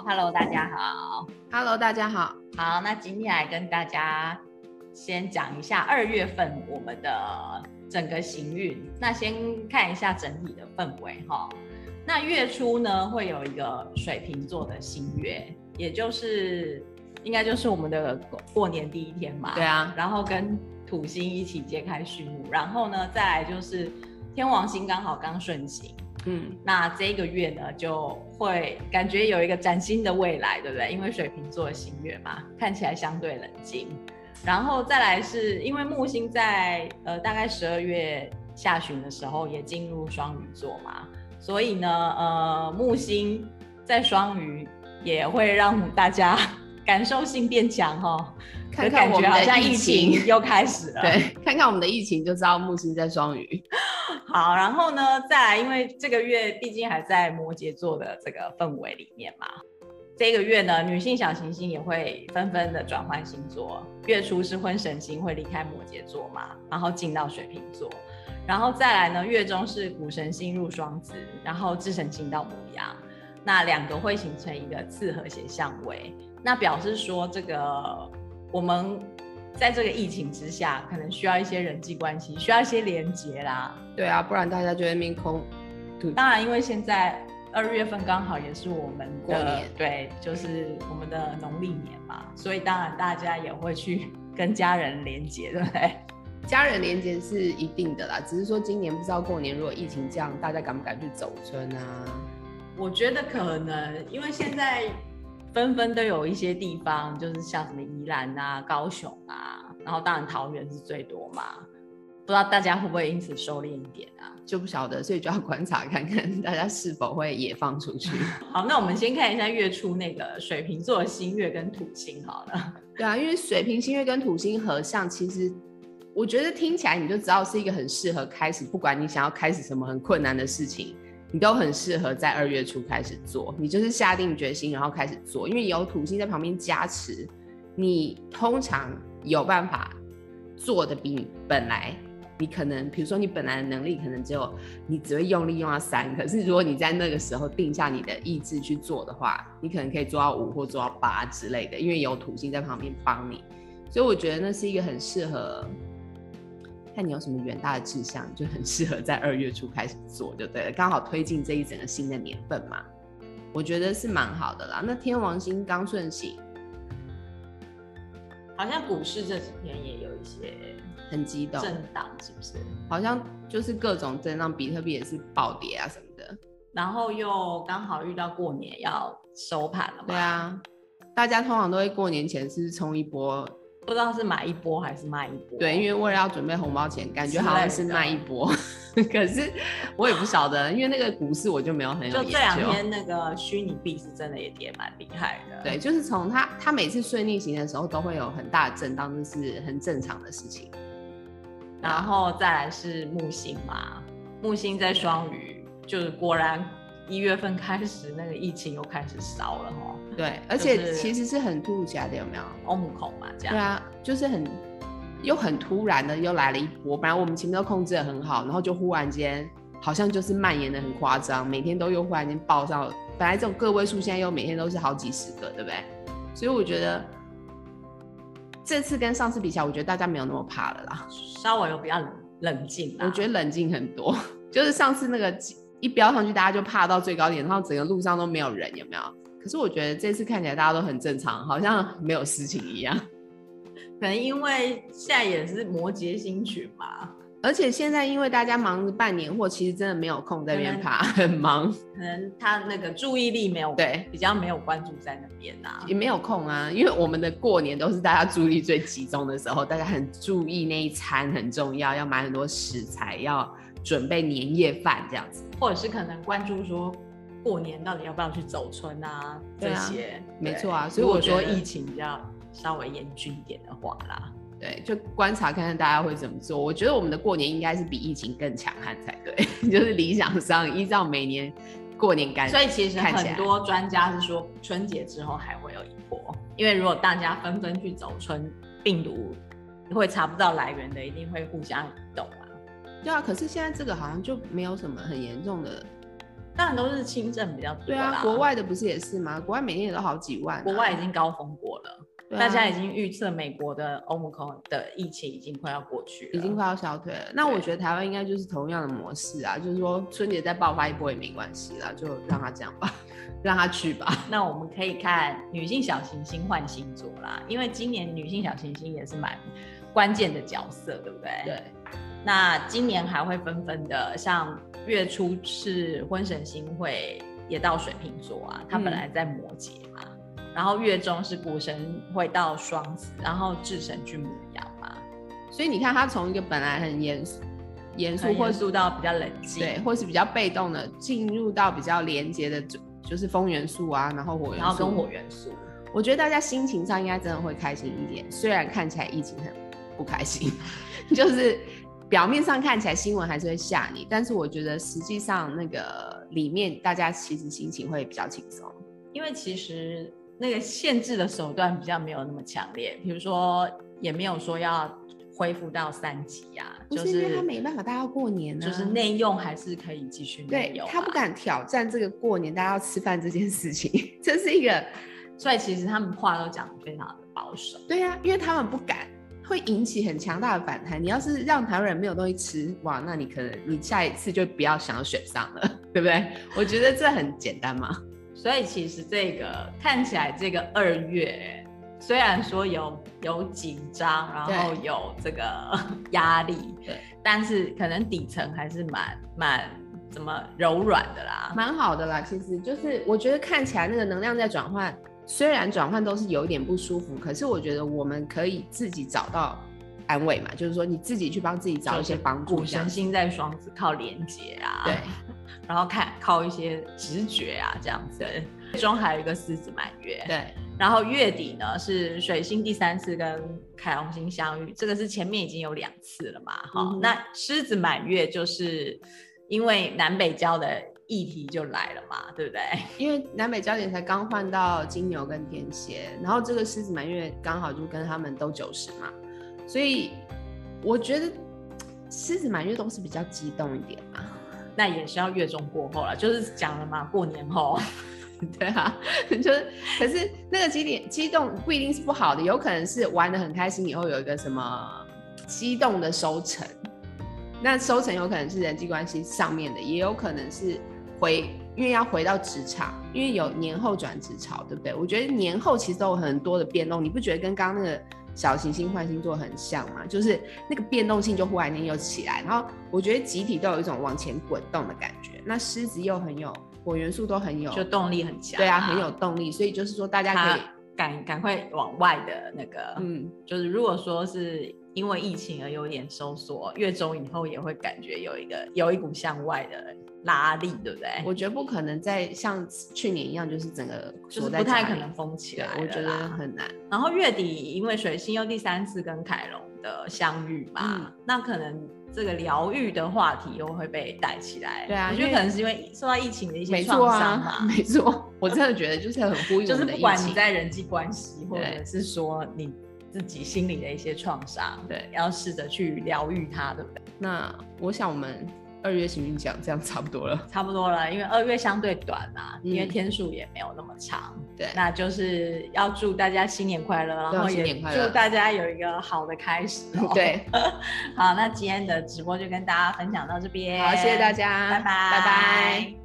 Hello， 大家好。 Hello， 大家好。 好，那今天来跟大家先讲一下2月份我们的整个行运。那先看一下整体的氛围哈。那月初呢，会有一个水瓶座的新月，也就是应该就是我们的过年第一天嘛。 对啊。 然后跟土星一起揭开序幕，然后呢，再来就是天王星刚好刚顺行。那这个月呢，就会感觉有一个崭新的未来，对不对？因为水瓶座的新月嘛，看起来相对冷静。然后再来是因为木星在大概12月下旬的时候也进入双鱼座嘛，所以呢，木星在双鱼也会让大家感受性变强哦。 看看我们的疫情又开始了， 对，看看我们的疫情就知道木星在双鱼。 好，然后呢，再来，因为这个月毕竟还在摩羯座的这个氛围里面嘛，这个月呢，女性小行星也会纷纷的转换星座。月初是婚神星会离开摩羯座嘛，然后进到水瓶座，然后再来呢，月中是谷神星入双子，然后智神星到牡羊，那两个会形成一个次和谐相位，那表示说这个我们在这个疫情之下，可能需要一些人际关系，需要一些连结啦。 对啊，不然大家就会面空。 当然，因为现在2月份刚好也是我们的过年， 对，就是我们的农历年嘛，所以当然大家也会去跟家人连结，对不对？ 家人连结是一定的啦，只是说今年不知道过年如果疫情这样，大家敢不敢去走春啊？ 我觉得可能，因为现在纷纷都有一些地方，就是像什么宜兰啊、高雄啊，然后当然桃园是最多嘛，不知道大家会不会因此收敛一点啊？ 就不晓得，所以就要观察看看大家是否会也放出去。 好，那我们先看一下月初那个水瓶座的新月跟土星好了。 对啊，因为水瓶新月跟土星合相，其实我觉得听起来你就知道是一个很适合开始，不管你想要开始什么很困难的事情，你都很适合在2月初开始做。你就是下定决心然后开始做，因为有土星在旁边加持，你通常有办法做的比你本来，你可能比如说你本来的能力可能你只会用力用到3，可是如果你在那个时候定下你的意志去做的话，你可能可以做到5或做到8之类的，因为有土星在旁边帮你。所以我觉得那是一个很适合，看你有什么远大的志向，就很适合在2月初开始做就对了，刚好推进这一整个新的年份嘛，我觉得是蛮好的啦。那天王星刚顺行， 好像股市这几天也有一些很激动震荡，是不是？ 好像就是各种震荡，比特币也是暴跌啊什么的， 然后又刚好遇到过年要收盘了嘛。 对啊，大家通常都会过年前是冲一波， 不知道是买一波还是卖一波。 对，因为为了要准备红包钱，感觉好像是卖一波，可是我也不晓得，因为那个股市我就没有很有研究。 就这2天那个虚拟币是真的也跌蛮厉害的。 对，就是从它每次顺逆行的时候都会有很大的震荡，这是很正常的事情。 然后再来是木星嘛，木星在双鱼，就是果然1月份开始那个疫情又开始烧了齁。 对，而且其实是很突如其来的，有没有？ 欧姆孔嘛，这样。 对啊，就是又很突然的又来了一波，本来我们前面都控制得很好，然后就忽然间好像就是蔓延的很夸张，每天都又忽然间爆上，本来这种个位数现在又每天都是好几十个，对不对？所以我觉得这次跟上次比起来，我觉得大家没有那么怕了啦， 稍微有比较冷静啦。 我觉得冷静很多，就是上次那个一飙上去，大家就怕到最高点，然后整个路上都没有人，有没有？可是我觉得这次看起来大家都很正常，好像没有事情一样。 可能因为现在也是摩羯星群嘛， 而且现在因为大家忙着办年货，其实真的没有空在那边爬，很忙。 可能他那个注意力没有， 对， 比较没有关注在那边啊， 也没有空啊。因为我们的过年都是大家注意力最集中的时候，大家很注意那一餐很重要，要买很多食材，要准备年夜饭这样子， 或者是可能关注说过年到底要不要去走春啊这些。 没错啊，所以我如果说疫情比较稍微严峻一点的话啦， 对，就观察看看大家会怎么做。我觉得我们的过年应该是比疫情更强悍才对，就是理想上依照每年过年感， 所以其实很多专家是说春节之后还会有一波，因为如果大家纷纷去走春，病毒会查不到来源的，一定会互相移动啊。 对啊，可是现在这个好像就没有什么很严重的当然都是轻症比较多啦。 对啊，国外的不是也是吗？国外每天也都好几万、啊， 国外已经高峰过了。 啊、 大家已经预测美国的 Omicron 的疫情已经快要过去了， 已经快要消退了。那我觉得台湾应该就是同样的模式啊，就是说春节再爆发一波也没关系啦，就让他这样吧，让他去吧。 那我们可以看女性小行星换星座啦，因为今年女性小行星也是蛮关键的角色，对不对？ 对。 那今年还会纷纷的，像月初是婚神星会也到水瓶座啊，它本来在摩羯嘛。然后月中是谷神会到双子，然后智神去牡羊嘛， 所以你看他从一个本来很严肃或是到比较冷静， 对，或是比较被动的，进入到比较连结的，就是风元素啊，然后火元素， 然后跟火元素， 我觉得大家心情上应该真的会开心一点，虽然看起来疫情很不开心，就是表面上看起来新闻还是会吓你，但是我觉得实际上那个里面大家其实心情会比较轻松， 因为其实那个限制的手段比较没有那么强烈，比如说也没有说要恢复到3级啊， 就是因为他没办法，大家要过年啊， 就是内用还是可以继续内用、啊， 对，他不敢挑战这个过年大家要吃饭这件事情，这是一个， 所以其实他们话都讲得非常的保守。 对啊，因为他们不敢，会引起很强大的反弹。你要是让台湾人没有东西吃，哇，那你可能你下一次就不要想要选上了，对不对？我觉得这很简单嘛。 所以其实这个看起来这个2月，虽然说有紧张，然后有这个压力， 对， 但是可能底层还是蛮怎么柔软的啦， 蛮好的啦。其实就是我觉得看起来那个能量在转换，虽然转换都是有点不舒服，可是我觉得我们可以自己找到安慰嘛，就是说你自己去帮自己找一些帮助。 谷神星在双子靠连结啊， 对， 然后靠一些直觉啊这样子。最终还有一个狮子满月， 对， 然后月底呢是水星第3次跟凯龙星相遇，这个是前面已经有2次了嘛，那狮子满月就是因为南北交的议题就来了嘛，对不对？ 因为南北交点才刚换到金牛跟天蝎，然后这个狮子满月刚好就跟他们都90嘛，所以我觉得狮子满月都是比较激动一点嘛。 那也是要月中过后了，就是讲了嘛，过年后。 对啊，就是可是那个激动不一定是不好的，有可能是玩得很开心以后有一个什么激动的收成，那收成有可能是人际关系上面的，也有可能是因为要回到职场，因为有年后转职潮，对不对？我觉得年后其实都有很多的变动，你不觉得跟刚刚那个小行星换星座很像吗？就是那个变动性就忽然间又起来，然后我觉得集体都有一种往前滚动的感觉。那狮子又很有火元素，都很有， 就动力很强， 对啊，很有动力，所以就是说大家可以赶快往外的那个，就是如果说是因为疫情而有点收缩，月中以后也会感觉有一股向外的拉力，对不对？ 我觉得不可能再像去年一样，就是整个就是不太可能封起来， 我觉得很难。 然后月底因为水星又第3次跟凯龙的相遇嘛，那可能这个疗愈的话题又会被带起来。 对啊， 我觉得可能是因为受到疫情的一些创伤嘛。 没错，我真的觉得就是很呼应我们的疫情。 就是不管你在人际关系，或者是说你自己心里的一些创伤，对，要试着去疗愈它，对不对？ 那我想我们2月行运讲这样差不多了， 差不多了，因为2月相对短啊，因为天数也没有那么长。 对， 那就是要祝大家新年快乐，然后也祝大家有一个好的开始。 对， 好，那今天的直播就跟大家分享到这边， 好，谢谢大家， 拜拜， 拜拜。